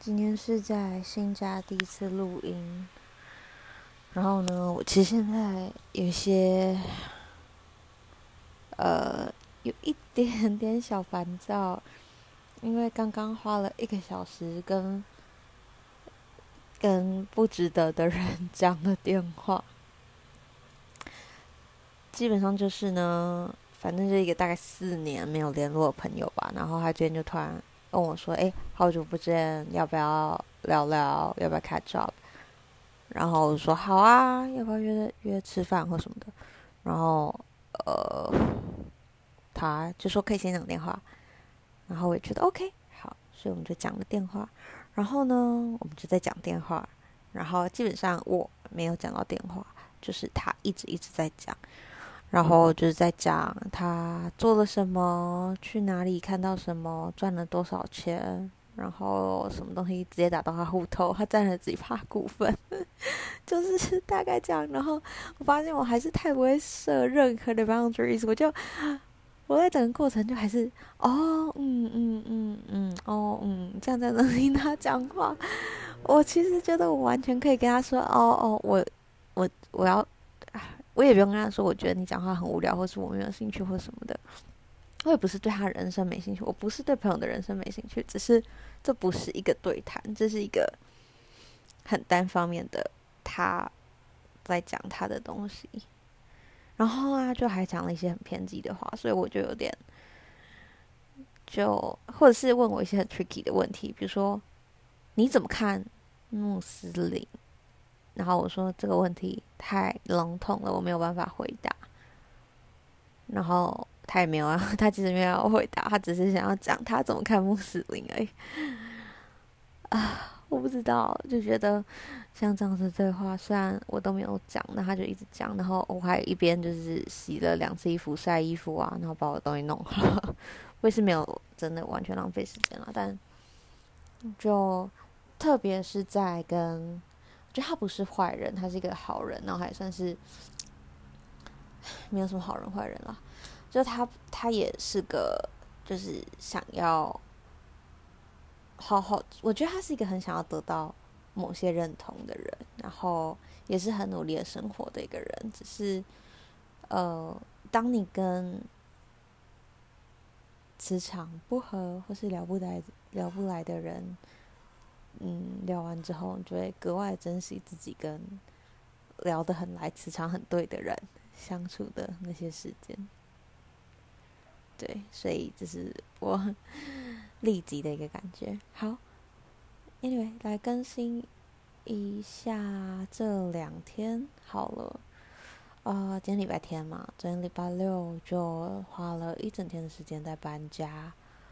今天是在新家第一次录音，然后呢，我其实现在有一些有一点点小烦躁，因为刚刚花了1个小时跟不值得的人讲了电话，基本上就是呢，反正是一个大概4年没有联络的朋友吧，然后他今天就突然问我说：好久不见，要不要聊聊？要不要 catch up？” 然后我说好啊，要不要约吃饭或什么的？然后他就说可以先讲电话，然后我也觉得 OK 好，所以我们就讲了电话。然后呢，我们就在讲电话，然后基本上我没有讲到电话，就是他一直在讲，然后就是在讲他做了什么，去哪里看到什么，赚了多少钱。然后什么东西直接打到他户头，他占了几%股份，就是大概这样。然后我发现我还是太不会设任何的 boundaries，我在整个过程就还是这样才能听他讲话。我其实觉得我完全可以跟他说我要，我也不用跟他说我觉得你讲话很无聊，或是我没有兴趣或什么的。我也不是对他人生没兴趣，我不是对朋友的人生没兴趣，只是这不是一个对谈，这是一个很单方面的他在讲他的东西，然后啊就还讲了一些很偏激的话，所以我就有点或者是问我一些很 tricky 的问题，比如说你怎么看穆斯林？然后我说这个问题太笼统了，我没有办法回答。然后他也没有他其实没有要回答，他只是想要讲他怎么看穆斯林而已。我不知道，就觉得像这样子对话，虽然我都没有讲，那他就一直讲，然后我还一边就是洗了2次衣服、晒衣服啊，然后把我的东西弄好。我也是没有真的完全浪费时间了，但就特别是在我觉得他不是坏人，他是一个好人，然后还算是没有什么好人坏人啦。就他也是个就是想要好好，我觉得他是一个很想要得到某些认同的人，然后也是很努力的生活的一个人。只是当你跟磁场不合或是聊不来的人，聊完之后，你就会格外珍惜自己跟聊得很来、磁场很对的人相处的那些时间。对，所以这是我立即的一个感觉。好 ，anyway， 来更新一下这2天好了。今天礼拜天嘛，昨天礼拜六就花了1整天的时间在搬家。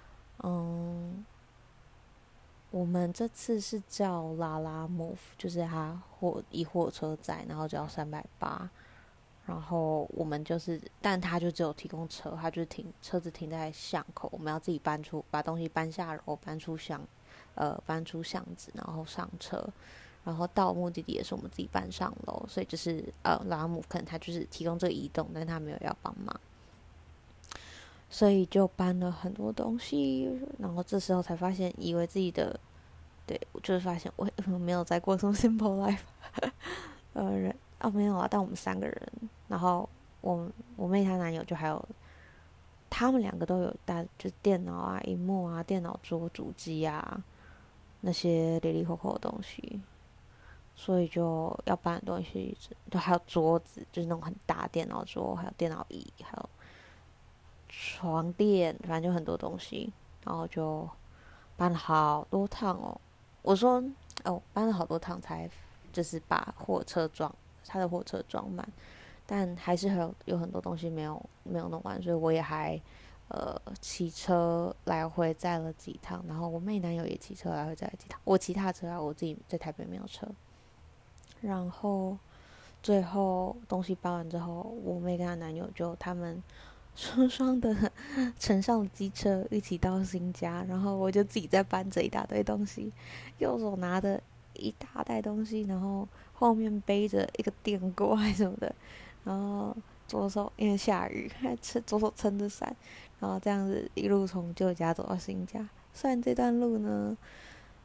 我们这次是叫拉拉 move， 就是他以货车载，然后就要380。然后我们就是，但他就只有提供车，他就是车子停在巷口，我们要自己把东西搬下楼，搬出巷子，然后上车，然后到目的地也是我们自己搬上楼，所以就是拉姆可能他就是提供这个移动，但他没有要帮忙，所以就搬了很多东西，然后这时候才发现，以为自己的，对，我就是发现我没有在过什么 simple life，没有啊，但我们3个人，然后我妹她男友就还有，他们2个都有带，就是电脑啊、荧幕啊、电脑桌、主机啊那些里里扣扣的东西，所以就要搬很多东西，就还有桌子，就是那种很大电脑桌，还有电脑椅，还有床垫，反正就很多东西，然后就搬了好多趟哦。我说搬了好多趟才就是把他的货车装满，但还是有很多东西没有弄完，所以我也还骑车来回载了几趟，然后我妹男友也骑车来回载了几趟，我骑他车啊，我自己在台北没有车。然后最后东西搬完之后，我妹跟她男友就他们双双的乘上了机车一起到新家，然后我就自己在搬着一大堆东西，右手拿着一大袋东西，然后后面背着一个电锅还是什么的，然后左手因为下雨还左手撑着伞，然后这样子一路从旧家走到新家。虽然这段路呢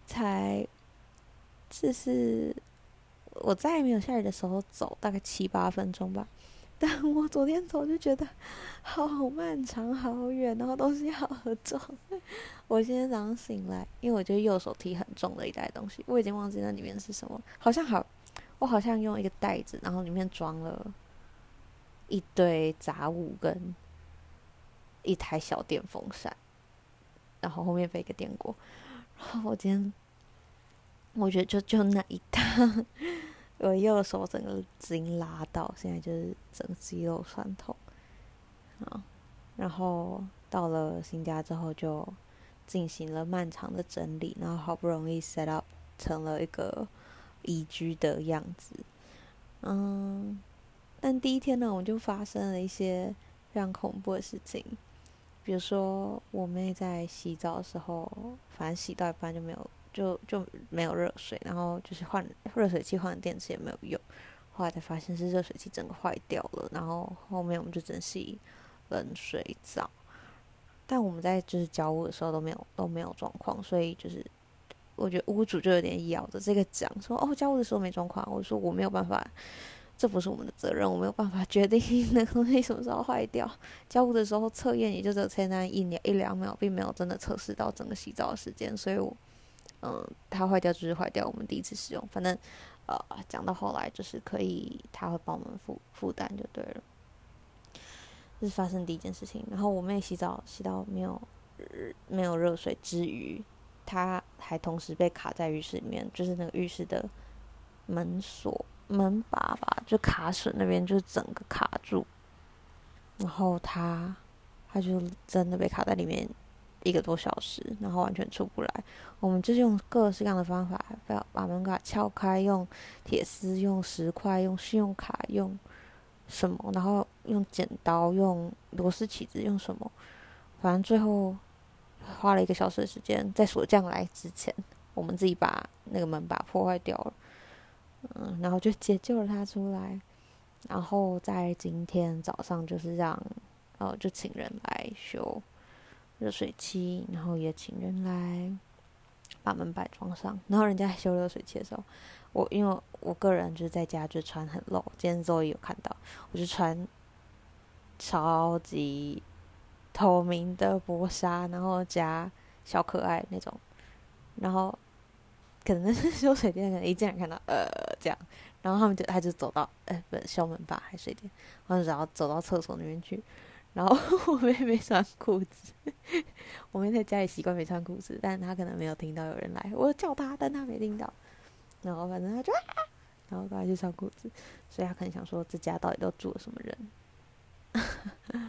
才就是我在没有下雨的时候走，大概7-8分钟吧。但我昨天走就觉得好漫长、好远，然后东西好重。我今天早上醒来，因为我就右手提很重的一袋东西，我已经忘记那里面是什么，我好像用一个袋子，然后里面装了一堆杂物跟一台小电风扇，然后后面背一个电锅。然后我今天我觉得就那一趟。我右手整个筋拉到，现在就是整个肌肉酸痛啊。然后到了新家之后，就进行了漫长的整理，然后好不容易 set up 成了一个宜居的样子。但第一天呢，我就发生了一些非常恐怖的事情，比如说我妹在洗澡的时候，反正洗到一半就没有热水，然后就是换热水器换电池也没有用，后来才发现是热水器整个坏掉了，然后后面我们就只能洗冷水澡。但我们在就是交屋的时候都没有状况，所以就是我觉得屋主就有点咬着这个讲说，哦，交屋的时候没状况，我说我没有办法，这不是我们的责任，我没有办法决定那个东西什么时候坏掉。交屋的时候测验也就只有测那一两秒，并没有真的测试到整个洗澡的时间，所以它坏掉就是坏掉，我们第一次使用，反正讲到后来就是可以，他会帮我们负担就对了。这是发生第一件事情。然后我妹洗澡洗到没有热水之余，她还同时被卡在浴室里面，就是那个浴室的门把吧，就卡榫那边就整个卡住，然后她就真的被卡在里面1个多小时，然后完全出不来。我们就是用各式各样的方法，把门卡撬开，用铁丝，用石块，用信用卡，用什么，然后用剪刀，用螺丝起子，用什么，反正最后花了1个小时的时间，在锁匠来之前，我们自己把那个门把破坏掉了，然后就解救了他出来。然后在今天早上就是就请人来修热水器，然后也请人来把门板装上。然后人家修热水器的时候，因为我个人就是在家就穿很露，今天周一有看到，我就穿超级透明的薄纱，然后加小可爱那种，然后可能是修水电的人一进来看到这样，然后他就走到不是修门把还是水电，然后只要走到厕所那边去。然后我妹没穿裤子，我妹在家里习惯没穿裤子，但她可能没有听到有人来，我叫她，但她没听到。然后反正她就然后赶快去穿裤子，所以她可能想说这家到底都住了什么人。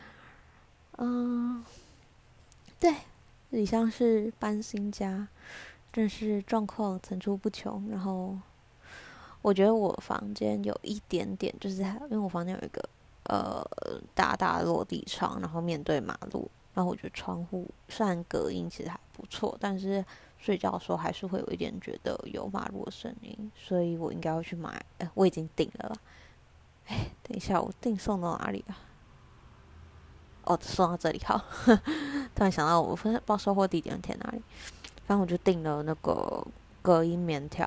对，以上是搬新家，真是状况层出不穷。然后我觉得我房间有一点点，就是因为我房间有一个大的落地窗，然后面对马路，然后我觉得窗户虽然隔音其实还不错，但是睡觉的时候还是会有一点觉得有马路的声音，所以我应该会去买。我已经订了啦。等一下，我订送到哪里啊？送到这里好。突然想到我不知道收货地点填哪里，反正我就订了那个隔音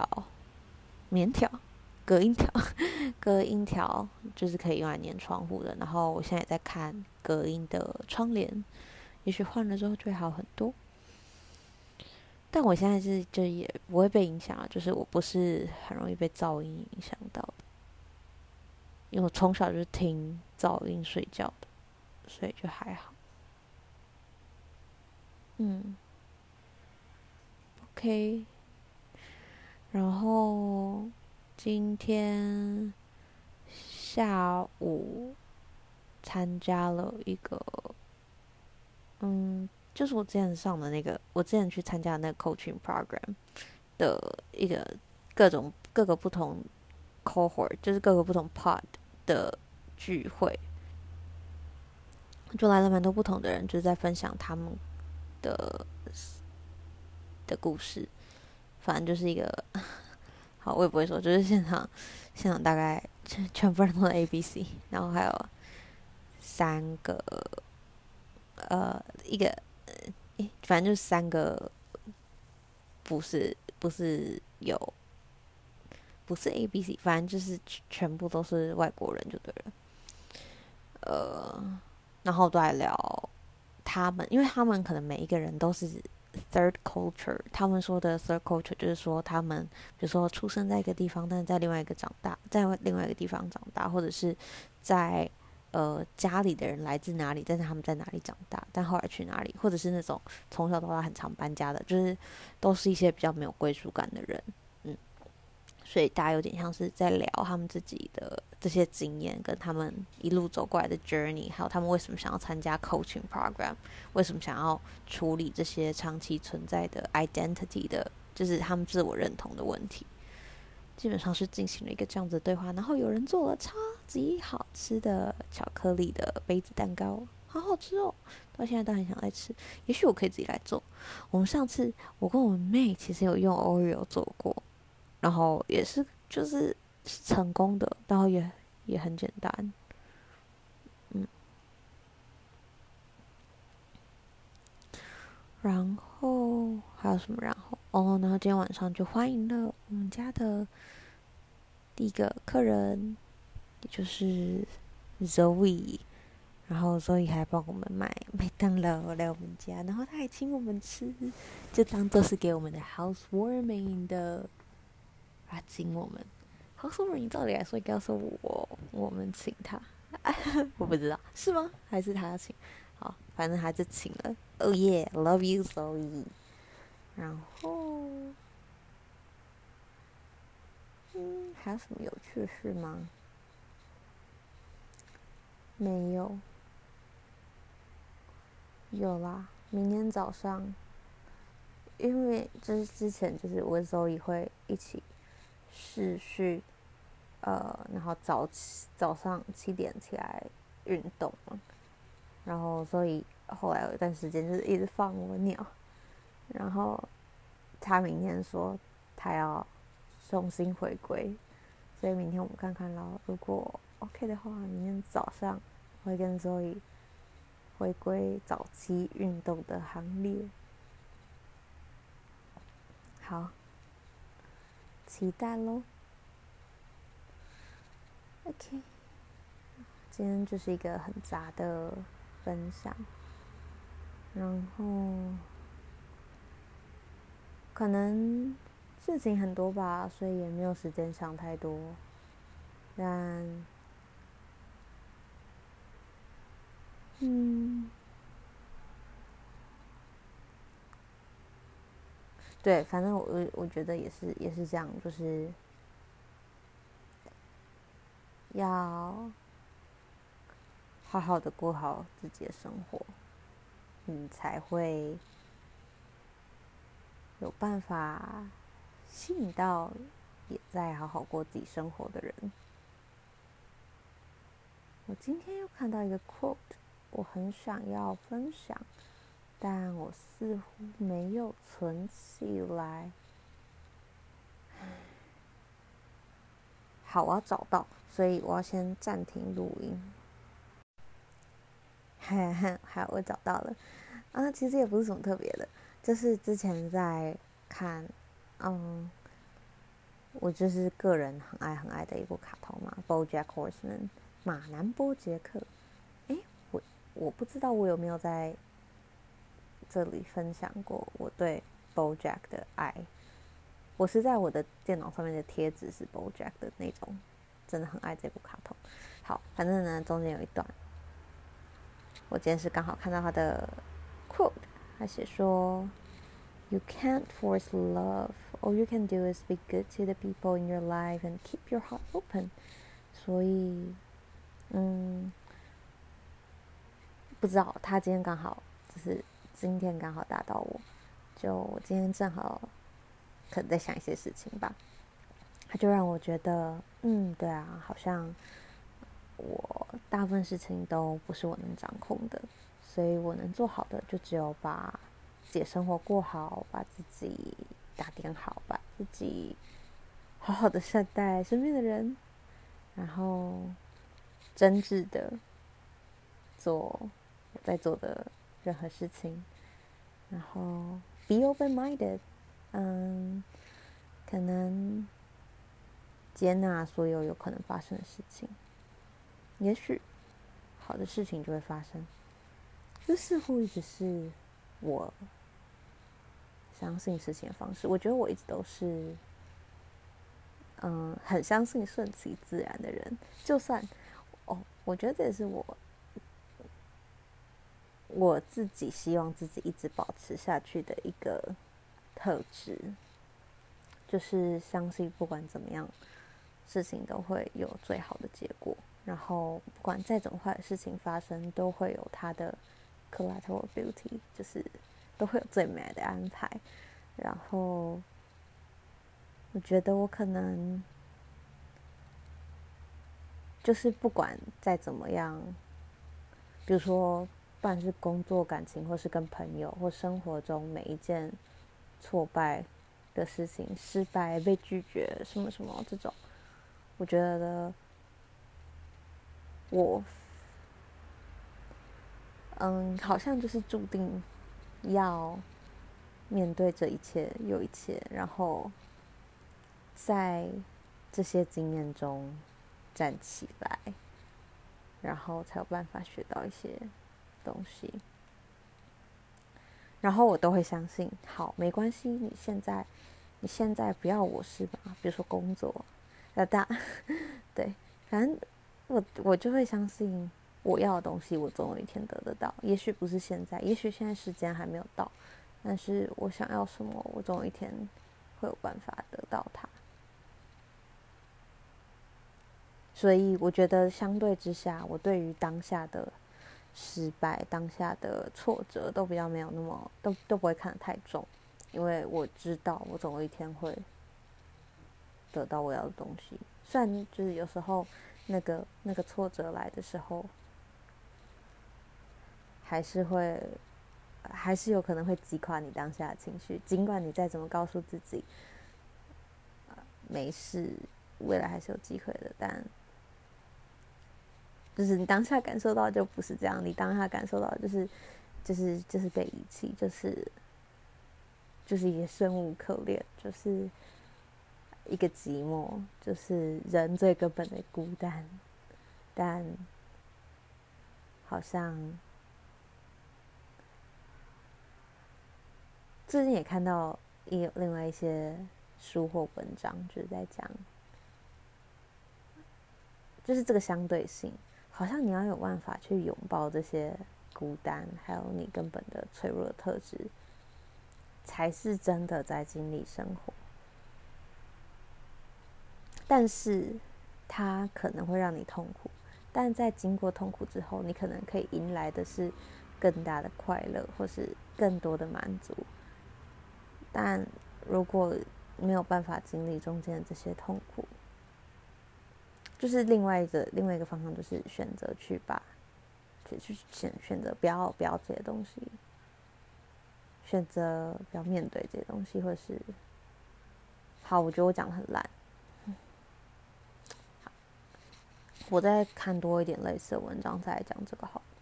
隔音条，隔音条就是可以用来粘窗户的。然后我现在也在看隔音的窗帘，也许换了之后就会好很多。但我现在就也不会被影响啊，就是我不是很容易被噪音影响到的，因为我从小就是听噪音睡觉的，所以就还好。OK。然后今天下午参加了一个，就是我之前上的那个，我之前去参加的那个 coaching program 的一个各个不同 cohort， 就是各个不同 pod 的聚会，就来了蛮多不同的人，就是在分享他们的故事。反正就是一个，好，我也不会说，就是现场大概全部人都是 ABC， 然后还有3个，反正就是3个不是不是 ABC，反正就是全部都是外国人就对了。然后都来聊他们，因为他们可能每一个人都是 third culture， 他们说的 third culture 就是说他们比如说出生在一个地方，但是在另外一个长大，在另外一个地方长大，或者是在家里的人来自哪里，但是他们在哪里长大，但后来去哪里，或者是那种从小到大很常搬家的，就是都是一些比较没有归属感的人，所以大家有点像是在聊他们自己的这些经验，跟他们一路走过来的 journey， 还有他们为什么想要参加 coaching program， 为什么想要处理这些长期存在的 identity 的，就是他们自我认同的问题。基本上是进行了一个这样子的对话，然后有人做了超级好吃的巧克力的杯子蛋糕，好好吃哦，到现在都很想来吃。也许我可以自己来做。我们上次我跟我妹其实有用 Oreo 做过，然后也是就是成功的，然后也很简单，然后还有什么？然后今天晚上就欢迎了我们家的第一个客人，也就是 Zoe。然后 Zoe 还帮我们买麦当劳来我们家，然后他还请我们吃，就当做是给我们的 housewarming 的，他请我们。housewarming 照理来说应该是我们请他，我不知道是吗？还是他要请？好，反正他就请了。Oh yeah, love you Zoe。然后，还有什么有趣的事吗？没有。有啦，明天早上，因为就是之前就是我Zoe会一起视讯，然后早上7点起来运动嘛，然后所以后来有一段时间就是一直放我鸟，然后他明天说他要重新回归，所以明天我们看看咯，如果 OK 的话，明天早上会跟 Zoe 回归早期运动的行列。好，期待咯。OK， 今天就是一个很杂的分享，然后可能事情很多吧，所以也没有时间想太多。但对，反正我觉得也是这样，就是要好好的过好自己的生活，你才会有办法吸引到也在好好过自己生活的人。我今天又看到一个 quote， 我很想要分享，但我似乎没有存起来。好，我要找到，所以我要先暂停录音。好，我找到了。其实也不是什么特别的，就是之前在看，我就是个人很爱的一部卡通嘛，《BoJack Horseman》马南波杰克。我不知道我有没有在这里分享过我对 BoJack 的爱。我是在我的电脑上面的贴纸是 BoJack 的那种，真的很爱这部卡通。好，反正呢中间有一段，我今天是刚好看到他的 quote， 他写说 You can't force love. All you can do is be good to the people in your life and keep your heart open. 所以，不知道他今天刚好就是今天刚好打到我，就我今天正好可能在想一些事情吧，他就让我觉得，对啊，好像我大部分事情都不是我能掌控的，所以我能做好的就只有把自己的生活过好，把自己打点好，把自己好好的善待身边的人，然后真挚的做我在做的任何事情，然后 be open minded， 可能接纳所有有可能发生的事情，也许好的事情就会发生。这似乎一直是我相信事情的方式。我觉得我一直都是很相信顺其自然的人。就算我觉得这也是我自己希望自己一直保持下去的一个特质，就是相信不管怎么样，事情都会有最好的结果。然后不管再怎么坏的事情发生，都会有它的 collateral beauty， 就是都会有最美的安排。然后我觉得我可能就是不管再怎么样，比如说不管是工作、感情，或是跟朋友，或生活中每一件挫败的事情、失败、被拒绝什么什么这种，我觉得我好像就是注定要面对这一切又一切，然后在这些经验中站起来，然后才有办法学到一些东西。然后我都会相信，好，没关系，你现在不要我是吧？比如说工作，对，反正我就会相信我要的东西，我总有一天得得到。也许不是现在，也许现在时间还没有到，但是我想要什么，我总有一天会有办法得到它。所以我觉得相对之下，我对于当下的失败、当下的挫折都比较没有那么都不会看得太重，因为我知道我总有一天会得到我要的东西。虽然就是有时候那个挫折来的时候，还是有可能会击垮你当下的情绪，尽管你再怎么告诉自己，没事，未来还是有机会的，但就是你当下感受到就不是这样，你当下感受到就是被遗弃，就是也生无可恋，就是一个寂寞，就是人最根本的孤单。但好像最近也看到另外一些书或文章，就是在讲，就是这个相对性，好像你要有办法去拥抱这些孤单，还有你根本的脆弱的特质，才是真的在经历生活。但是它可能会让你痛苦，但在经过痛苦之后，你可能可以迎来的是更大的快乐，或是更多的满足。但如果没有办法经历中间的这些痛苦，就是另外一个方向，就是选择去选择不要这些东西，选择不要面对这些东西，或是好，我觉得我讲得很烂。我再看多一点类似的文章再来讲这个好。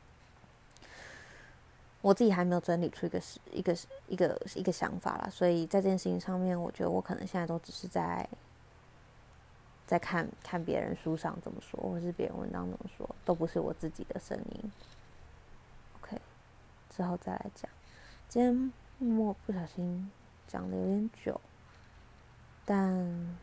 我自己还没有整理出一个想法啦，所以在这件事情上面，我觉得我可能现在都只是在看别人书上怎么说，或是别人文章怎么说，都不是我自己的声音。OK， 之后再来讲。今天不小心讲的有点久，但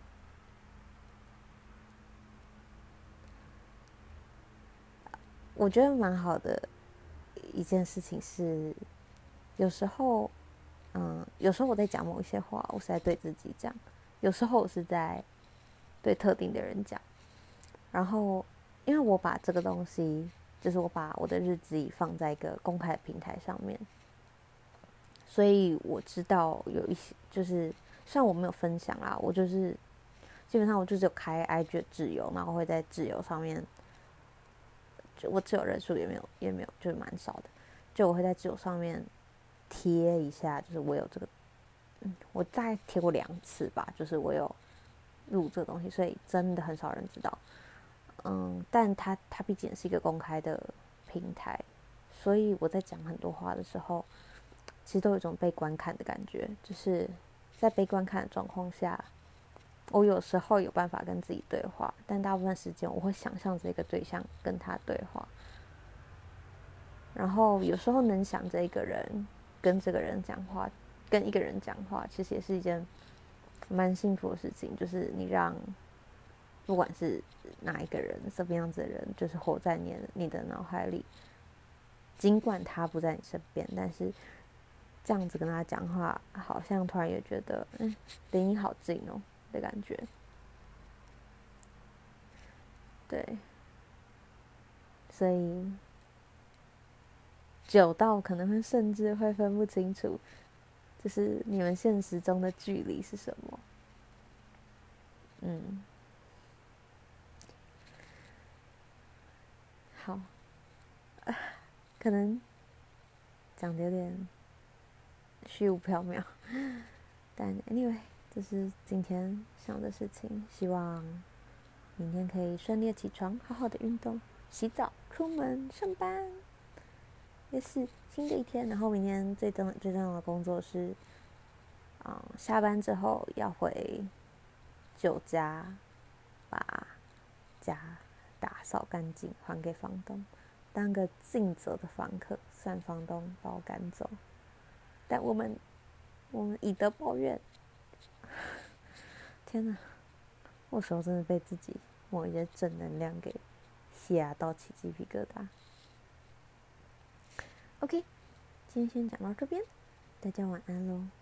我觉得蛮好的一件事情是，有时候我在讲某一些话，我是在对自己讲；有时候我是在对特定的人讲。然后，因为我把这个东西，就是我把我的日记放在一个公开的平台上面，所以我知道有一些，就是虽然我没有分享啦，我就是基本上我就只有开 IG 的挚友，然后会在挚友上面，就我挚友人数也没有，就是蛮少的，就我会在挚友上面贴一下，就是我有这个，我大概贴过2次吧，就是我有录这个东西，所以真的很少人知道。但它毕竟是一个公开的平台，所以我在讲很多话的时候，其实都有一种被观看的感觉，就是在悲观看的状况下，我有时候有办法跟自己对话，但大部分时间我会想象这个对象跟他对话。然后有时候能想着一个人跟这个人讲话，跟一个人讲话，其实也是一件蛮幸福的事情。就是你让不管是哪一个人，什么样子的人，就是活在你的脑海里，尽管他不在你身边，但是这样子跟他讲话，好像突然也觉得，离你好近哦的感觉。对，所以久到可能会甚至会分不清楚，就是你们现实中的距离是什么。好，可能讲的有点虚无缥缈，但 anyway，这是今天想的事情。希望明天可以顺利起床，好好的运动、洗澡、出门上班，也是新的一天。然后明天最重要的工作是，下班之后要回旧家，把家打扫干净，还给房东，当个尽责的房客，算房东把我赶走。但我们以德报怨。天哪，我有时候真的被自己某一些正能量给吓到起鸡皮疙瘩。OK， 今天先讲到这边，大家晚安喽。